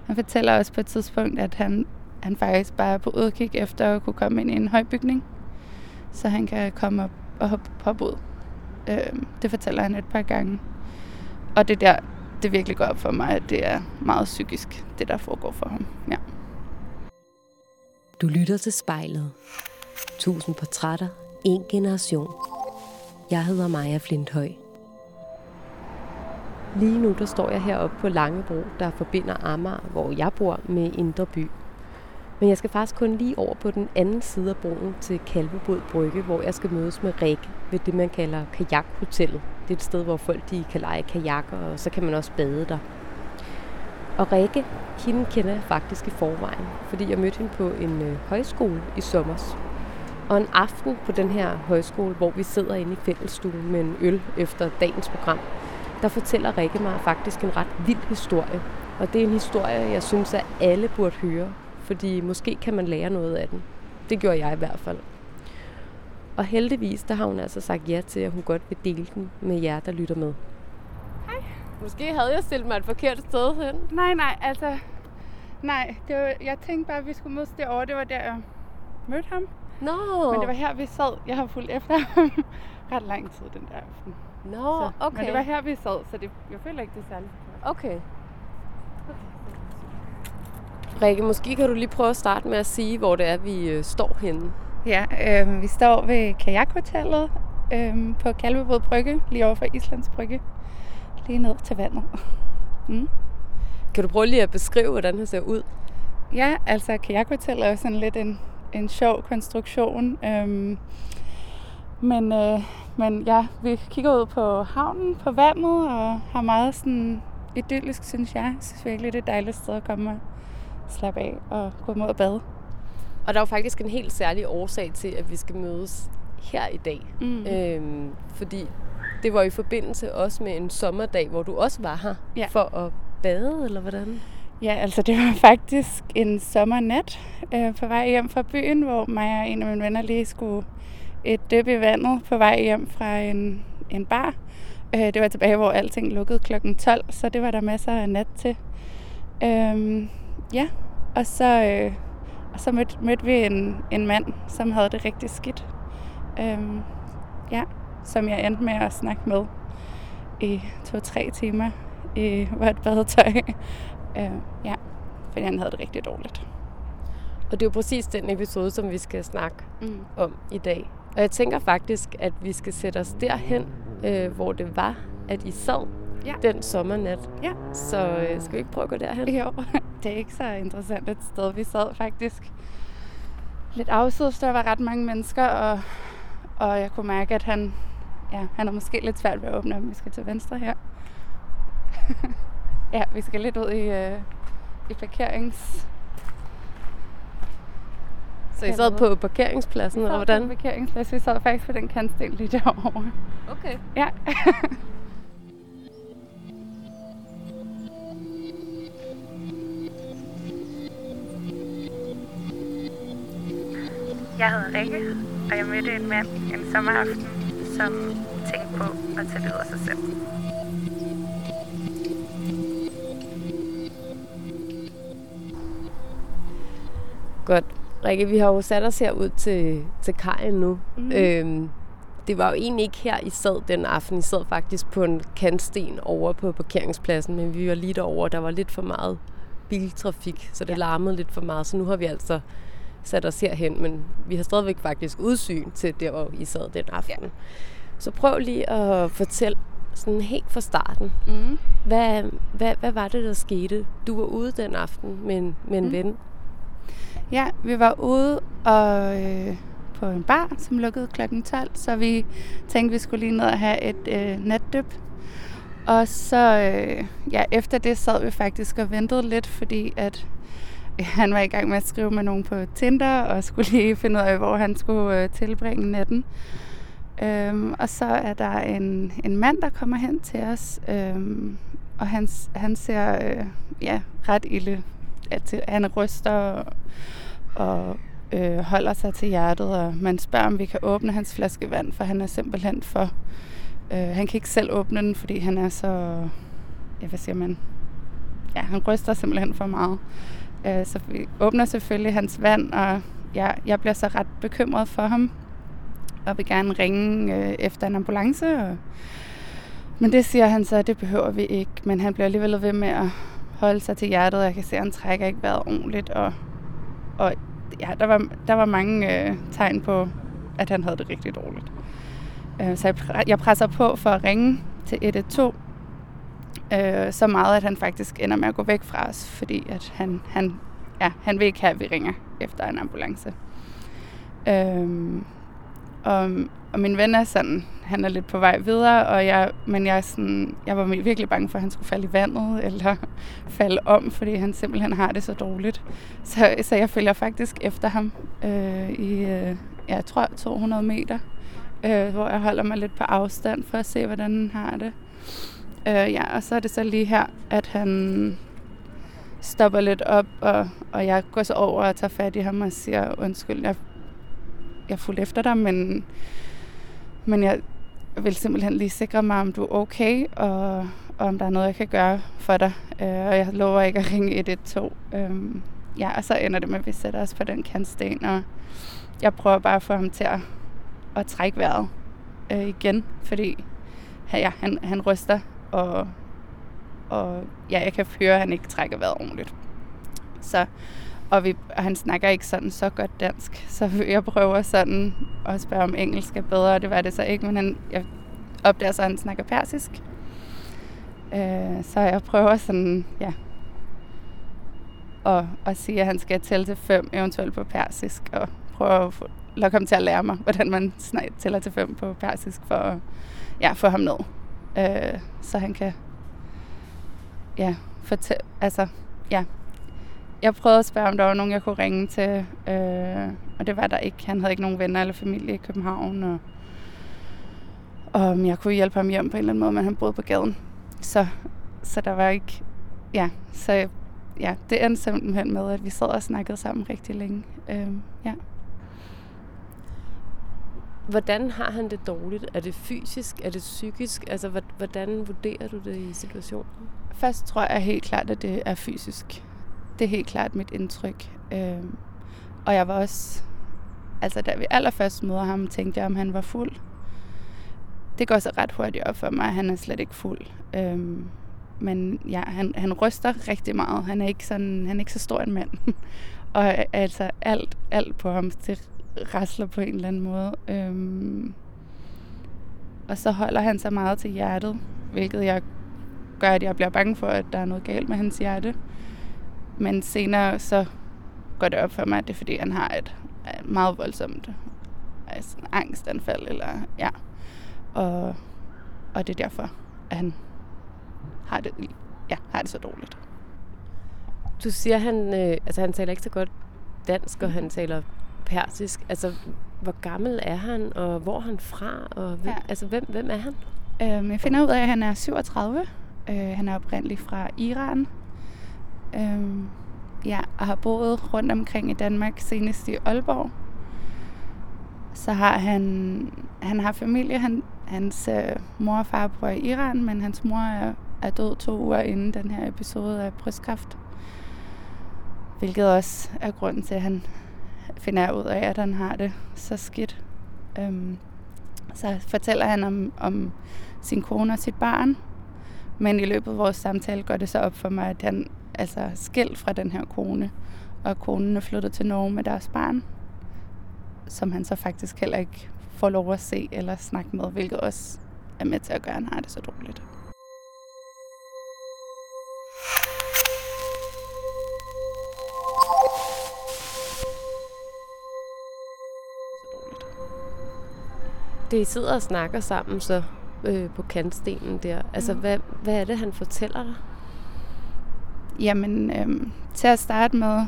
Han fortæller også på et tidspunkt, at han faktisk bare er på udkig efter at kunne komme ind i en høj bygning, så han kan komme op og hoppe ud. Det fortæller han et par gange. Og det der, det virkelig går op for mig, at det er meget psykisk, det der foregår for ham. Ja. Du lytter til Spejlet. 1000 portrætter, en generation. Jeg hedder Maja Flinthøj. Lige nu der står jeg heroppe på Langebro, der forbinder Amager, hvor jeg bor, med Indre By. Men jeg skal faktisk kun lige over på den anden side af broen til Kalvebod Brygge, hvor jeg skal mødes med Rikke ved det, man kalder kajakhotellet. Det er et sted, hvor folk de kan lege kajakker, og så kan man også bade der. Og Rikke, hende kender jeg faktisk i forvejen, fordi jeg mødte hende på en højskole i sommers. Og en aften på den her højskole, hvor vi sidder inde i fællesstuen med en øl efter dagens program, der fortæller Rikke mig faktisk en ret vild historie. Og det er en historie, jeg synes, at alle burde høre, fordi måske kan man lære noget af den. Det gjorde jeg i hvert fald. Og heldigvis, der har hun altså sagt ja til, at hun godt vil dele den med jer, der lytter med. Hej. Måske havde jeg stillet mig et forkert sted hen. Nej, jeg tænkte bare, at vi skulle mødes derovre. Det var der, jeg mødte ham. Nå. Men det var her, vi sad. Jeg har fulgt efter ham ret lang tid den der aften. Nå, okay. Men det var her, vi sad, så jeg føler ikke, det er særligt. Okay. Rikke, måske kan du lige prøve at starte med at sige, hvor det er, vi står henne. Ja, vi står ved kajakhotellet på Kalvebod Brygge, lige over for Islands Brygge. Lige ned til vandet. Kan du prøve lige at beskrive, hvordan det ser ud? Ja, altså kajakhotellet er jo sådan lidt en sjov konstruktion. Men ja, vi kigger ud på havnen, på vandet, og har meget sådan idyllisk, synes jeg. Jeg synes virkelig, det er et dejligt sted at komme og slappe af og gå mod og bade. Og der er jo faktisk en helt særlig årsag til, at vi skal mødes her i dag. Fordi det var i forbindelse også med en sommerdag, hvor du også var her for at bade, eller hvordan? Ja, altså det var faktisk en sommernat på vej hjem fra byen, hvor mig og en af mine venner lige skulle et dyb i vandet på vej hjem fra en bar. Det var tilbage, hvor alting lukkede klokken 12, så det var der masser af nat til. Ja, og så mødte vi en mand, som havde det rigtig skidt. Som jeg endte med at snakke med i 2-3 timer i vådt badetøj. Fordi han havde det rigtig dårligt. Og det er jo præcis den episode, som vi skal snakke om i dag. Og jeg tænker faktisk, at vi skal sætte os derhen, hvor det var, at I sad den sommernat. Ja. Så skal vi ikke prøve at gå derhen? Jo, det er ikke så interessant et sted. Vi sad faktisk lidt afsides, der var ret mange mennesker, og jeg kunne mærke, at han er måske lidt svært ved at åbne, om vi skal til venstre her. Ja, vi skal lidt ud i parkerings... Så I sad på parkeringspladsen, eller hvordan? Vi sad på parkeringspladsen. Vi sad faktisk på den kantsten lige derovre. Okay. Ja. Jeg hedder Rikke, og jeg mødte en mand en sommeraften, som tænkte på at tage livet af sig selv. Godt. Rikke, vi har jo sat os herud til kajen nu. Det var jo egentlig ikke her, I sad den aften. I sad faktisk på en kantsten over på parkeringspladsen, men vi var lige derovre. Der var lidt for meget biltrafik, så det larmede lidt for meget. Så nu har vi altså sat os herhen, men vi har stadigvæk faktisk udsyn til der, hvor I sad den aften. Ja. Så prøv lige at fortælle sådan helt fra starten. Hvad var det, der skete? Du var ude den aften med en ven. Ja, vi var ude og på en bar, som lukkede klokken 12, så vi tænkte, vi skulle lige ned og have et natdyb. Og så efter det sad vi faktisk og ventede lidt, fordi at han var i gang med at skrive med nogen på Tinder, og skulle lige finde ud af, hvor han skulle tilbringe natten. Og så er der en mand, der kommer hen til os, og han ser ret ilde. Han ryster og holder sig til hjertet, og man spørger, om vi kan åbne hans flaske vand, for han er simpelthen for... han kan ikke selv åbne den, fordi han er så... hvad siger man? han ryster simpelthen for meget. Så vi åbner selvfølgelig hans vand, og jeg bliver så ret bekymret for ham, og vil gerne ringe efter en ambulance. Men det siger han så, det behøver vi ikke. Men han bliver alligevel ved med at holde sig til hjertet, og jeg kan se, at han trækker ikke vejret ordentligt. Og ja, der var mange tegn på, at han havde det rigtig dårligt. Så jeg presser på for at ringe til 112, så meget, at han faktisk ender med at gå væk fra os, fordi at han vil ikke have, at vi ringer efter en ambulance. Og min ven er sådan, han er lidt på vej videre, men jeg var virkelig bange for, at han skulle falde i vandet, eller falde om, fordi han simpelthen har det så dårligt. Så jeg følger faktisk efter ham jeg tror 200 meter, hvor jeg holder mig lidt på afstand for at se, hvordan han har det. Og så er det så lige her, at han stopper lidt op, og jeg går så over og tager fat i ham og siger, undskyld, jeg fulgte efter dig, men jeg vil simpelthen lige sikre mig, om du er okay, og om der er noget, jeg kan gøre for dig. Og jeg lover ikke at ringe 112. Og så ender det med, at vi sætter os på den kantsten, og jeg prøver bare at få ham til at trække vejret igen, fordi han ryster, og jeg kan høre, at han ikke trækker vejret ordentligt. Og han snakker ikke sådan så godt dansk, så jeg prøver sådan at spørge, om engelsk er bedre, og det var det så ikke, men jeg opdager så, at han snakker persisk. Så jeg prøver sådan, at sige, at han skal tælle til 5, eventuelt på persisk, og prøve at lokke ham til at lære mig, hvordan man tæller til 5 på persisk, for at få ham ned. Så han kan fortælle, Jeg prøvede at spørge, om der var nogen, jeg kunne ringe til, og det var der ikke. Han havde ikke nogen venner eller familie i København, og om jeg kunne hjælpe ham hjem på en eller anden måde, men han boede på gaden. Så der var ikke, det endte simpelthen med, at vi sad og snakkede sammen rigtig længe. Hvordan har han det dårligt? Er det fysisk? Er det psykisk? Altså, hvordan vurderer du det i situationen? Først tror jeg helt klart, at det er fysisk. Det er helt klart mit indtryk. Og jeg var også, da vi allerførst møder ham, tænkte jeg, om han var fuld. Det går så ret hurtigt op for mig, at han er slet ikke fuld. Men han ryster rigtig meget. Han er ikke så stor en mand. Og alt på ham, det rasler på en eller anden måde. Og så holder han sig meget til hjertet, hvilket gør, at jeg bliver bange for, at der er noget galt med hans hjerte. Men senere så går det op for mig, at det er, fordi han har et meget voldsomt angstanfald. Og det er derfor, at han har det så dårligt. Du siger, han taler ikke så godt dansk, og han taler persisk. Altså, hvor gammel er han, og hvor er han fra? Og hvem er han? Jeg finder ud af, at han er 37. Han er oprindelig fra Iran. Og har boet rundt omkring i Danmark, senest i Aalborg. Så har han har familie. Hans mor og far bor i Iran, men hans mor er død 2 uger inden den her episode af brystkræft. Hvilket også er grunden til, at han finder ud af, at han har det så skidt. Så fortæller han om sin kone og sit barn. Men i løbet af vores samtale går det så op for mig, at han skilt fra den her kone, og konen er flyttet til Norge med deres barn, som han så faktisk heller ikke får lov at se eller snakke med, hvilket også er med til at gøre, at han har det så dårligt. Det I sidder og snakker sammen så på kantstenen der, hvad er det, han fortæller dig? Jamen, til at starte med,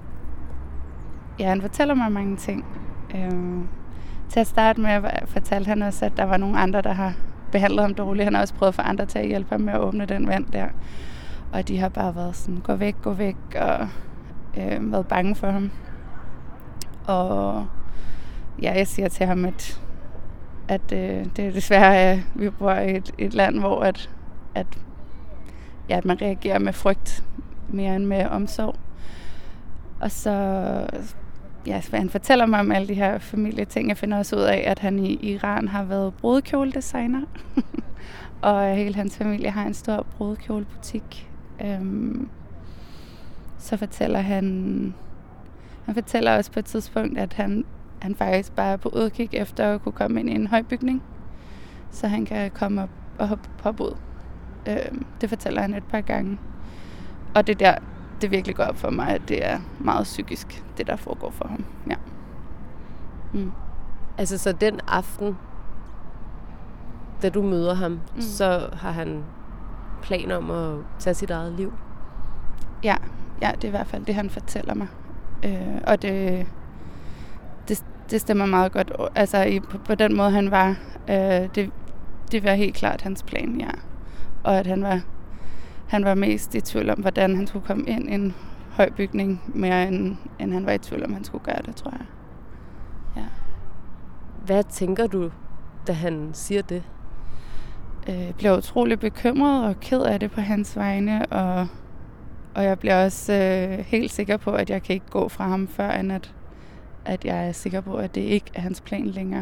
han fortæller mig mange ting. Til at starte med, fortalte han også, at der var nogle andre, der har behandlet ham dårligt. Han har også prøvet at få andre til at hjælpe ham med at åbne den vand der. Og de har bare været sådan, gå væk, og været bange for ham. Og jeg siger til ham, at det er desværre, at vi bor i et land, hvor at at man reagerer med frygt mere end med omsorg. Og så han fortæller mig om alle de her familieting. Jeg finder også ud af, at han i Iran har været brudekjoledesigner. Og hele hans familie har en stor brudekjolebutik. Så fortæller han fortæller også på et tidspunkt, at han faktisk bare er på udkig efter at kunne komme ind i en høj bygning. Så han kan komme op og hoppe ud. Det fortæller han et par gange. Og det virkelig går op for mig, at det er meget psykisk, det der foregår for ham. Ja. Altså så den aften, da du møder ham, så har han planer om at tage sit eget liv? Ja, det er i hvert fald det, han fortæller mig. Og det stemmer meget godt. Altså på den måde, han var, det var helt klart hans plan, ja. Og at han var mest i tvivl om, hvordan han skulle komme ind i en høj bygning, mere end han var i tvivl om, han skulle gøre det, tror jeg. Ja. Hvad tænker du, da han siger det? Jeg bliver utrolig bekymret og ked af det på hans vegne, og jeg bliver også helt sikker på, at jeg kan ikke gå fra ham, før end at jeg er sikker på, at det ikke er hans plan længere.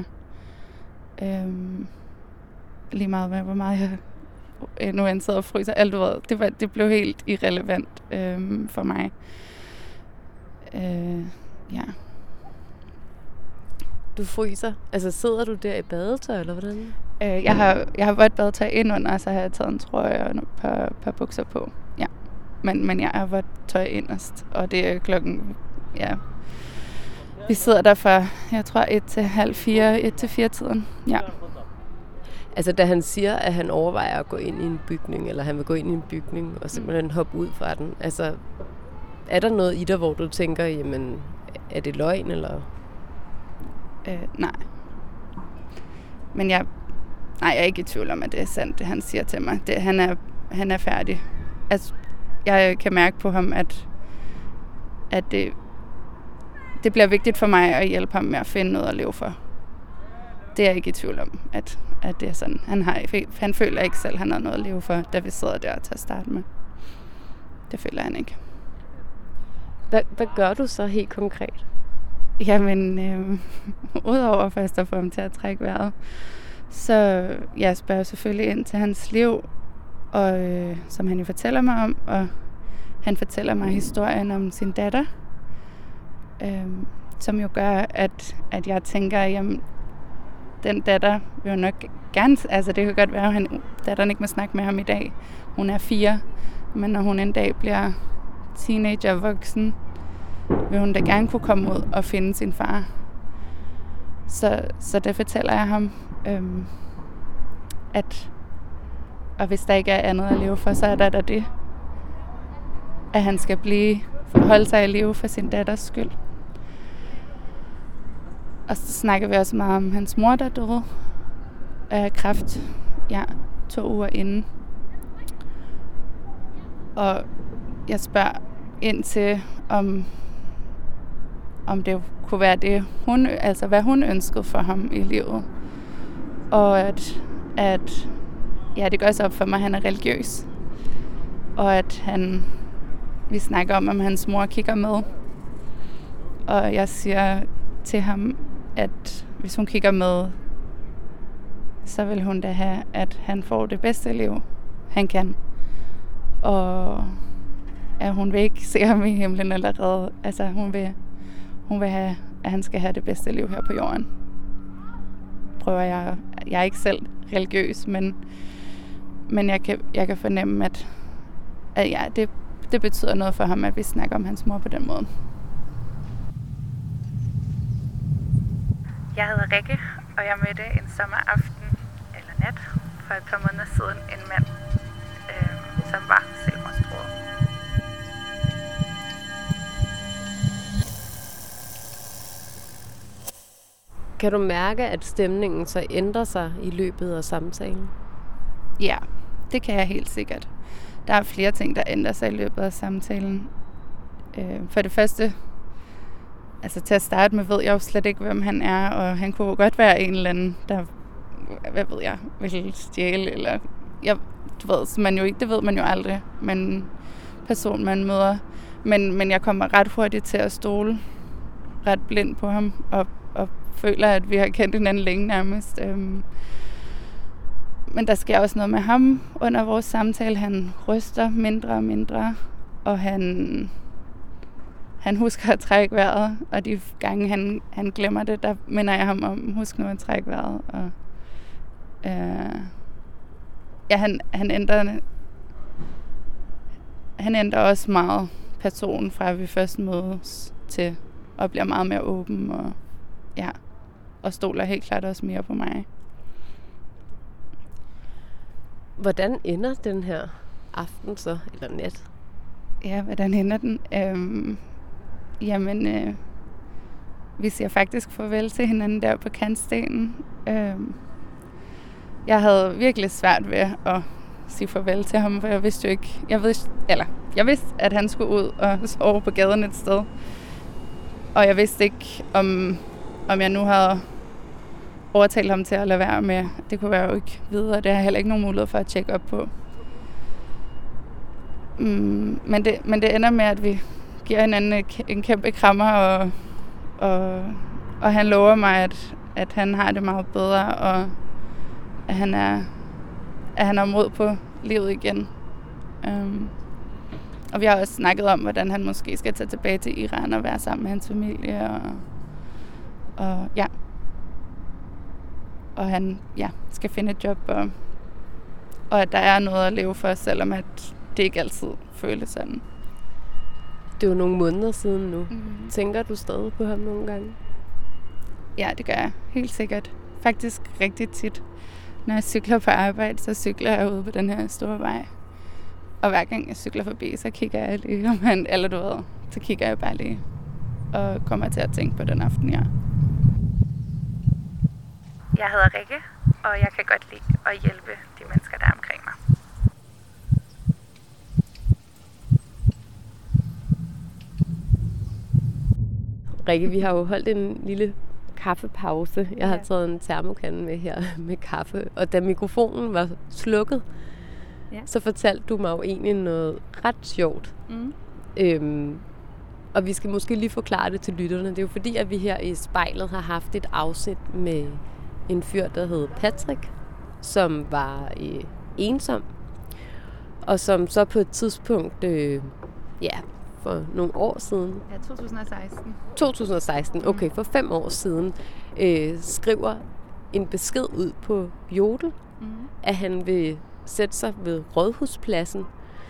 Lige meget med, hvor meget jeg nu end sidder og fryser. Alt du ved, det blev helt irrelevant for mig. Ja. Du fryser? Altså sidder du der i badetøj, eller hvordan? Jeg har vådt badetøj indunder, og så har jeg taget en trøje og et par bukser på. Ja. Men jeg har vådt tøj inderst, og det er klokken, ja. Vi sidder der fra, jeg tror, 1-4 tiden. Ja. Altså da han siger, at han overvejer at gå ind i en bygning, eller han vil gå ind i en bygning og simpelthen hoppe ud fra den. Altså, er der noget i dig, hvor du tænker, jamen, er det løgn, eller? Nej. Men jeg er ikke i tvivl om, at det er sandt, det han siger til mig. Han er færdig. Altså, jeg kan mærke på ham, at det bliver vigtigt for mig at hjælpe ham med at finde noget at leve for. Det er jeg ikke i tvivl om, at det er sådan. Han føler ikke selv, at han har noget at leve for, da vi sidder der til at starte med. Det føler han ikke. Hvad gør du så helt konkret? Jamen, udover først at få ham til at trække vejret, så jeg spørger selvfølgelig ind til hans liv, og som han jo fortæller mig om, og han fortæller mig historien om sin datter, som jo gør, at jeg tænker, jamen, den datter vil jo nok gerne, altså det kan godt være, at datteren ikke må snakke med ham i dag. Hun er 4, men når hun en dag bliver teenager og voksen, vil hun da gerne kunne komme ud og finde sin far. Så det fortæller jeg ham, og hvis der ikke er andet at leve for, så er der det, at han skal holde sig i live for sin datters skyld. Og så snakker vi også meget om hans mor, der døde af kræft, 2 uger inden. Og jeg spørger ind til, om det kunne være det, hvad hun ønskede for ham i livet. Og at det går også op for mig, at han er religiøs. Og at vi snakker om hans mor kigger med. Og jeg siger til ham, at hvis hun kigger med, så vil hun da have, at han får det bedste liv, han kan. Og at hun vil ikke se ham i himlen allerede. Altså hun vil have, at han skal have det bedste liv her på jorden. Prøver jeg er ikke selv religiøs, men jeg kan fornemme, at det betyder noget for ham, at vi snakker om hans mor på den måde. Jeg hedder Rikke, og jeg mødte en sommeraften eller nat for et par måneder siden en mand, som var selvmordstruet. Kan du mærke, at stemningen så ændrer sig i løbet af samtalen? Ja, det kan jeg helt sikkert. Der er flere ting, der ændrer sig i løbet af samtalen. For det første, altså til at starte med, ved jeg jo slet ikke, hvem han er, og han kunne godt være en eller anden, der, vil stjæle, eller det ved man jo aldrig, men person man møder. Men jeg kommer ret hurtigt til at stole ret blind på ham, og føler, at vi har kendt hinanden længe nærmest. Men der sker også noget med ham under vores samtale. Han ryster mindre og mindre, og han husker at trække vejret, og de gange han glemmer det, der minder jeg ham om, husk nu at trække vejret. Og, han ændrer også meget person fra, at vi først mødes til at blive meget mere åben, og stoler helt klart også mere på mig. Hvordan ender den her aften så, eller nat? Ja, hvordan ender den? Vi siger faktisk farvel til hinanden der på kantstenen. Jeg havde virkelig svært ved at sige farvel til ham, for jeg vidste jo ikke... Jeg vidste, at han skulle ud og sove på gaden et sted. Og jeg vidste ikke, om jeg nu havde overtalt ham til at lade være med. Det kunne jeg jo ikke vide, og det har jeg heller ikke nogen mulighed for at tjekke op på. Men det ender med, at vi giver hinanden en kæmpe krammer, og han lover mig, at han har det meget bedre, og at han har mod på livet igen. Og vi har også snakket om, hvordan han måske skal tage tilbage til Iran og være sammen med hans familie, og han skal finde et job, og at der er noget at leve for, selvom at det ikke altid føles sådan. Det er jo nogle måneder siden nu. Tænker du stadig på ham nogle gange? Ja, det gør jeg. Helt sikkert. Faktisk rigtig tit. Når jeg cykler på arbejde, så cykler jeg ude på den her store vej. Og hver gang jeg cykler forbi, så kigger jeg lige, så kigger jeg bare lige og kommer til at tænke på den aften, ja. Jeg hedder Rikke, og jeg kan godt lide at hjælpe de mennesker, der er omkring mig. Rikke, vi har jo holdt en lille kaffepause. Jeg har taget en termokande med her med kaffe, og da mikrofonen var slukket, så fortalte du mig jo egentlig noget ret sjovt. Og vi skal måske lige forklare det til lytterne. Det er jo fordi, at vi her i Spejlet har haft et afsnit med en fyr, der hed Patrick, som var ensom, og som så på et tidspunkt, for nogle år siden. Ja, 2016. 2016, okay, for 5 år siden, skriver en besked ud på Jodel, at han vil sætte sig ved Rådhuspladsen.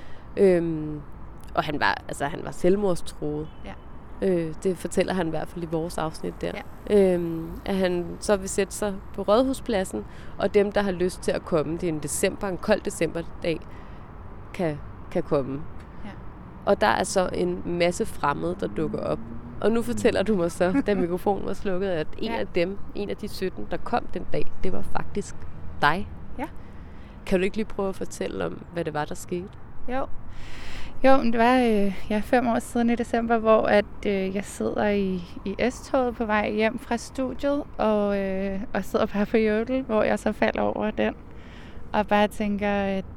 Og han var selvmordstruet. Ja. Det fortæller han i hvert fald i vores afsnit der. Ja. At han så vil sætte sig på Rådhuspladsen, og dem, der har lyst til at komme, det er en kold decemberdag, kan komme. Ja. Og der er så en masse fremmede, der dukker op. Og nu fortæller du mig så, da mikrofonen var slukket, at en af de 17, der kom den dag, det var faktisk dig. Ja. Kan du ikke lige prøve at fortælle om, hvad det var, der skete? Jo, men det var 5 år siden i december, hvor at jeg sidder i S-toget på vej hjem fra studiet, og sidder bare på Jodel, hvor jeg så falder over den, og bare tænker,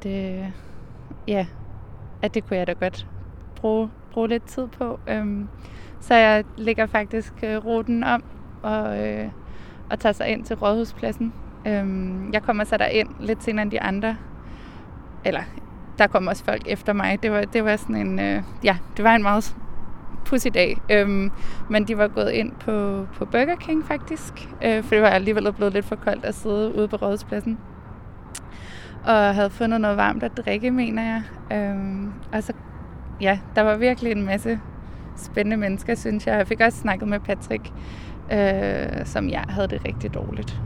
at det kunne jeg da godt bruge lidt tid på. Så jeg lægger faktisk ruten om og tager sig ind til Rådhuspladsen. Jeg kommer så derind lidt senere end de andre. Eller, der kom også folk efter mig. Det var sådan en... det var en meget pudsig dag. Men de var gået ind på Burger King faktisk. For det var alligevel blevet lidt for koldt at sidde ude på Rådhuspladsen. Og havde fundet noget varmt at drikke, mener jeg. Og så... Ja, der var virkelig en masse spændende mennesker, synes jeg. Jeg fik også snakket med Patrick, som jeg havde det rigtig dårligt.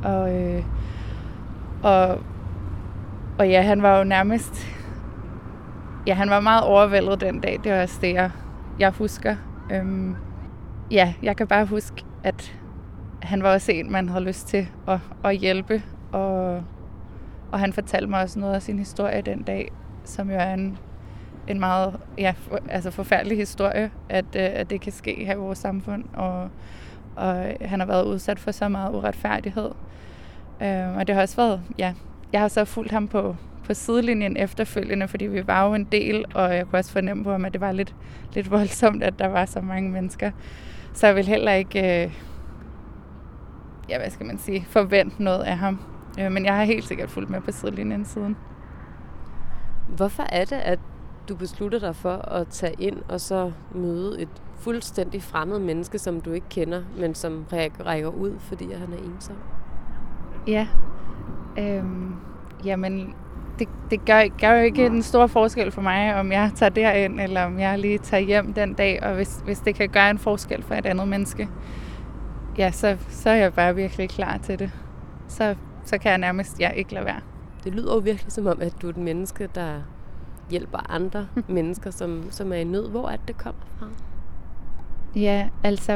Og ja, han var jo nærmest... Ja, han var meget overvældet den dag. Det var også det, jeg husker. Jeg kan bare huske, at han var også en, man havde lyst til at hjælpe. Og han fortalte mig også noget af sin historie den dag, som jo er en meget forfærdelig historie, at det kan ske her i vores samfund. Og han har været udsat for så meget uretfærdighed. Og det har også været... Ja, jeg har så fulgt ham på på sidelinjen efterfølgende, fordi vi var jo en del, og jeg kunne også fornemme på ham, at det var lidt voldsomt, at der var så mange mennesker. Så jeg vil heller ikke, forvente noget af ham. Men jeg har helt sikkert fulgt med på sidelinjen siden. Hvorfor er det, at du beslutter dig for at tage ind og så møde et fuldstændig fremmed menneske, som du ikke kender, men som rækker ud, fordi han er ensom? Ja, jamen det gør jo ikke en stor forskel for mig, om jeg tager derind, eller om jeg lige tager hjem den dag, og hvis det kan gøre en forskel for et andet menneske, ja, så er jeg bare virkelig klar til det. Så kan jeg nærmest ikke lade være. Det lyder jo virkelig som om, at du er et menneske, der hjælper andre mennesker, som er i nød. Hvor er det kommer fra? Ja, altså...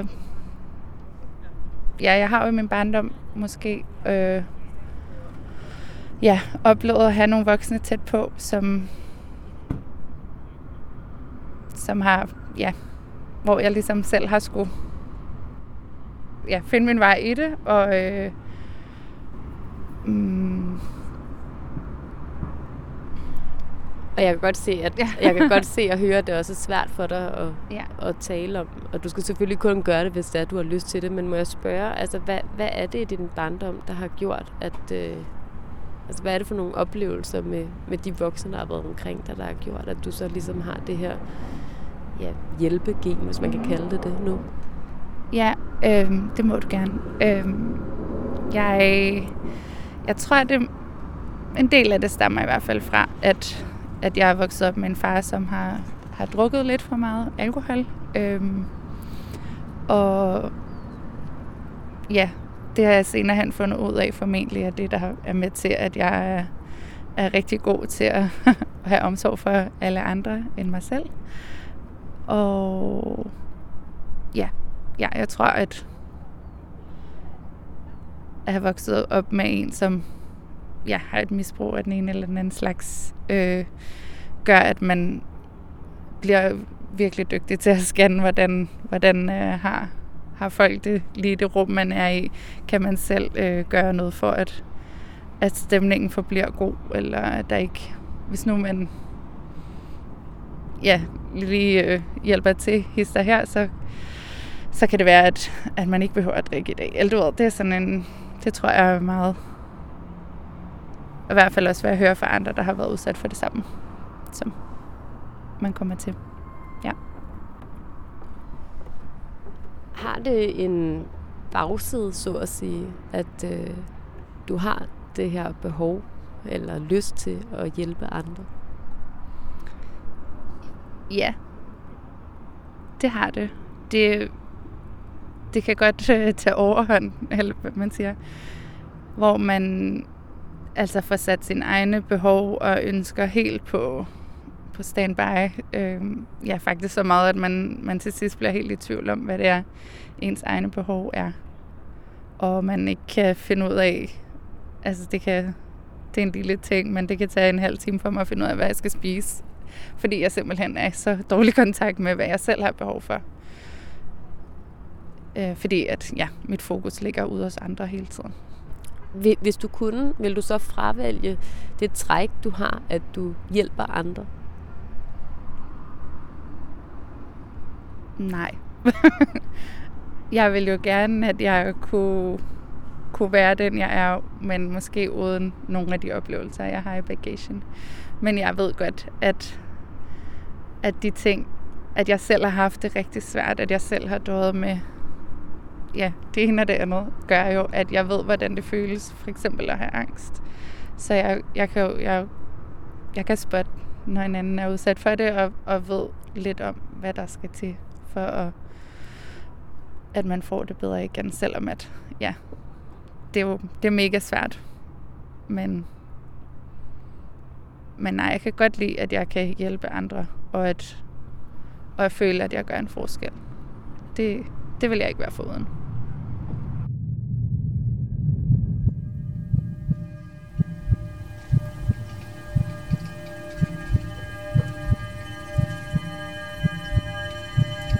Ja, jeg har jo i min barndom måske oplevet at have nogle voksne tæt på, som har... Ja, hvor jeg ligesom selv har skulle finde min vej i det, og... Og jeg kan godt se og høre, at det også er svært for dig at tale om. Og du skal selvfølgelig kun gøre det, hvis det er, du har lyst til det. Men må jeg spørge, altså, hvad er det i din barndom, der har gjort, at... hvad er det for nogle oplevelser med de voksne, der har været omkring dig, der har gjort, at du så ligesom har det her hjælpegen, hvis man kan kalde det nu? Ja, det må du gerne. Jeg tror, at en del af det stammer i hvert fald fra, at jeg er vokset op med en far, som har drukket lidt for meget alkohol. Og ja, det har jeg senere hen fundet ud af formentlig, at det, der er med til, at jeg er rigtig god til at have omsorg for alle andre end mig selv. Og ja, jeg tror, at have vokset op med en, som har et misbrug af den ene eller den anden slags, gør, at man bliver virkelig dygtig til at scanne, hvordan har folk det lige det rum, man er i. Kan man selv gøre noget for, at stemningen forbliver god, eller at der ikke, hvis nu man lige hjælper til hister her, så kan det være, at man ikke behøver at drikke i dag. Eller du ved, det er sådan det tror jeg er meget, i hvert fald også, hvad jeg hører fra andre, der har været udsat for det samme, som man kommer til. Ja. Har det en bagside, så at sige, at du har det her behov eller lyst til at hjælpe andre? Ja, det har det. Det kan godt tage overhånd, eller hvad man siger, hvor man altså får sat sine egne behov og ønsker helt på standby. Faktisk så meget, at man til sidst bliver helt i tvivl om, hvad det er, ens egne behov er. Og man ikke kan finde ud af, altså det er en lille ting, men det kan tage en halv time for mig at finde ud af, hvad jeg skal spise. Fordi jeg simpelthen er i så dårlig kontakt med, hvad jeg selv har behov for. Fordi at mit fokus ligger ude hos andre hele tiden. Hvis du kunne, vil du så fravælge det træk, du har, at du hjælper andre? Nej. Jeg vil jo gerne, at jeg kunne være den, jeg er, men måske uden nogle af de oplevelser, jeg har i bagagen. Men jeg ved godt, at de ting, at jeg selv har haft det rigtig svært, at jeg selv har døjet med det ene og det andet, gør jo, at jeg ved, hvordan det føles, for eksempel at have angst. Så jeg kan spotte, når en anden er udsat for det, og ved lidt om, hvad der skal til, for at man får det bedre igen, selvom at, det er mega svært. Men nej, jeg kan godt lide, at jeg kan hjælpe andre, og at føle, at jeg gør en forskel. Det vil jeg ikke være foruden.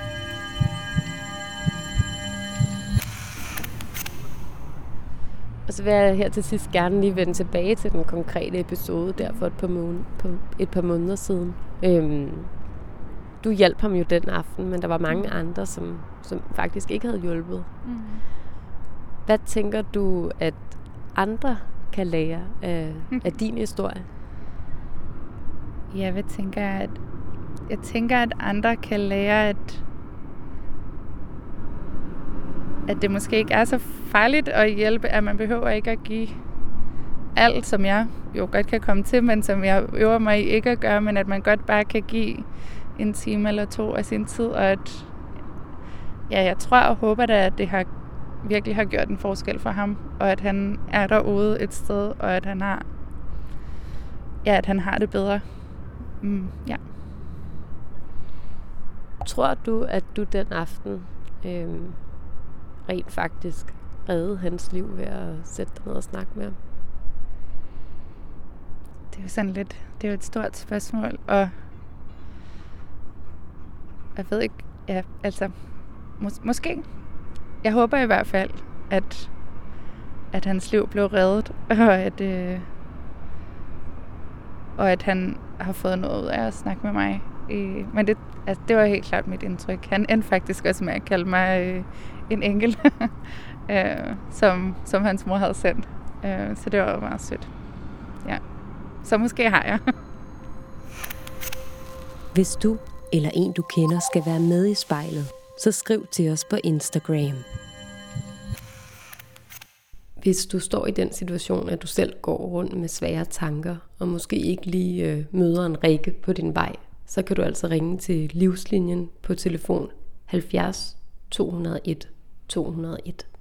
Og så vil jeg her til sidst gerne lige vende tilbage til den konkrete episode der for et par måneder siden. Du hjalp ham jo den aften, men der var mange andre, som faktisk ikke havde hjulpet. Mm. Hvad tænker du, at andre kan lære af din historie? Ja, hvad tænker jeg? Jeg tænker, at andre kan lære, at det måske ikke er så farligt at hjælpe, at man behøver ikke at give alt, som jeg jo godt kan komme til, men som jeg øver mig i ikke at gøre, men at man godt bare kan give en time eller 2 af sin tid, og at jeg tror og håber da, at det virkelig har gjort en forskel for ham, og at han er derude et sted, og at han har det bedre. Ja. Tror du, at du den aften rent faktisk reddede hans liv ved at sætte dig ned og snakke med ham? Det er jo sådan lidt, det er jo et stort spørgsmål, og jeg ved ikke, ja, altså, måske. Jeg håber i hvert fald, at hans liv blev reddet, og at han har fået noget ud af at snakke med mig. Men det var helt klart mit indtryk. Han endte faktisk også med at kalde mig en engel, som hans mor havde sendt. Så det var meget sødt. Ja. Så måske har jeg. Hvis du eller en du kender skal være med i spejlet, så skriv til os på Instagram. Hvis du står i den situation, at du selv går rundt med svære tanker, og måske ikke lige møder en Rikke på din vej, så kan du altså ringe til Livslinjen på telefon 70 201 201.